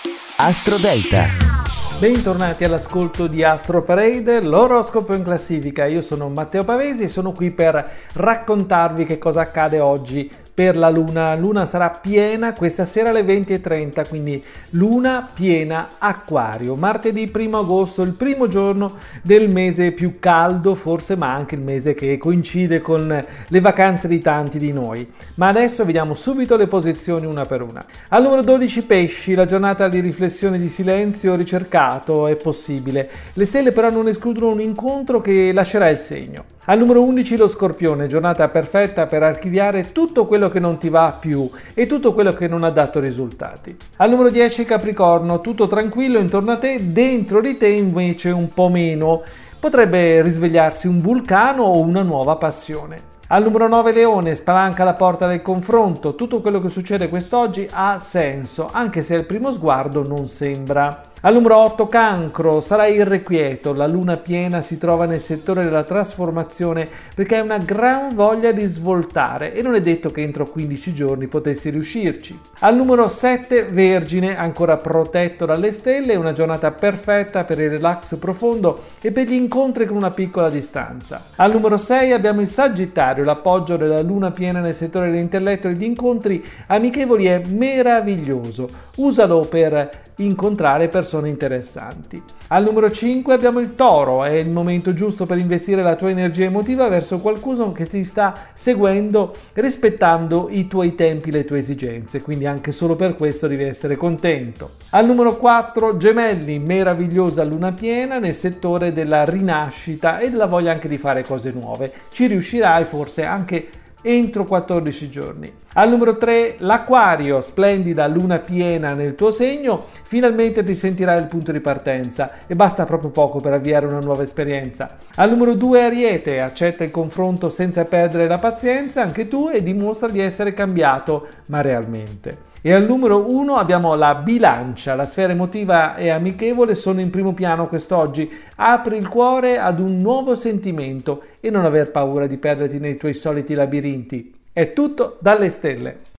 Astro Delta. Bentornati all'ascolto di Astro Parade, l'oroscopo in classifica. Io sono Matteo Pavesi e sono qui per raccontarvi che cosa accade oggi per la Luna. La Luna sarà piena questa sera alle 20:30, quindi Luna piena Acquario. Martedì 1 agosto, il primo giorno del mese più caldo, forse, ma anche il mese che coincide con le vacanze di tanti di noi. Ma adesso vediamo subito le posizioni una per una. Al numero 12 Pesci, la giornata di riflessione, di silenzio ricercato è possibile. Le stelle però non escludono un incontro che lascerà il segno. Al numero 11 lo Scorpione, giornata perfetta per archiviare tutto quello che non ti va più e tutto quello che non ha dato risultati. Al numero 10 Capricorno, tutto tranquillo intorno a te, dentro di te invece un po' meno. Potrebbe risvegliarsi un vulcano o una nuova passione. Al numero 9 Leone, spalanca la porta del confronto, tutto quello che succede quest'oggi ha senso, anche se al primo sguardo non sembra. Al numero 8 Cancro, sarai irrequieto, la luna piena si trova nel settore della trasformazione perché hai una gran voglia di svoltare e non è detto che entro 15 giorni potessi riuscirci. Al numero 7 Vergine, ancora protetto dalle stelle, una giornata perfetta per il relax profondo e per gli incontri con una piccola distanza. Al numero 6 abbiamo il Sagittario, l'appoggio della luna piena nel settore dell'intelletto e degli incontri amichevoli è meraviglioso, usalo per incontrare persone interessanti. Al numero 5 abbiamo il Toro, è il momento giusto per investire la tua energia emotiva verso qualcuno che ti sta seguendo rispettando i tuoi tempi, le tue esigenze, quindi anche solo per questo devi essere contento. Al numero 4 Gemelli, meravigliosa luna piena nel settore della rinascita e della voglia anche di fare cose nuove, ci riuscirai forse anche entro 14 giorni. Al numero 3 l'Acquario, splendida luna piena nel tuo segno, finalmente ti sentirai il punto di partenza e basta proprio poco per avviare una nuova esperienza. Al numero 2 Ariete, accetta il confronto senza perdere la pazienza anche tu e dimostra di essere cambiato, ma realmente. E al numero 1 abbiamo la Bilancia, la sfera emotiva e amichevole sono in primo piano quest'oggi. Apri il cuore ad un nuovo sentimento e non aver paura di perderti nei tuoi soliti labirinti. È tutto dalle stelle.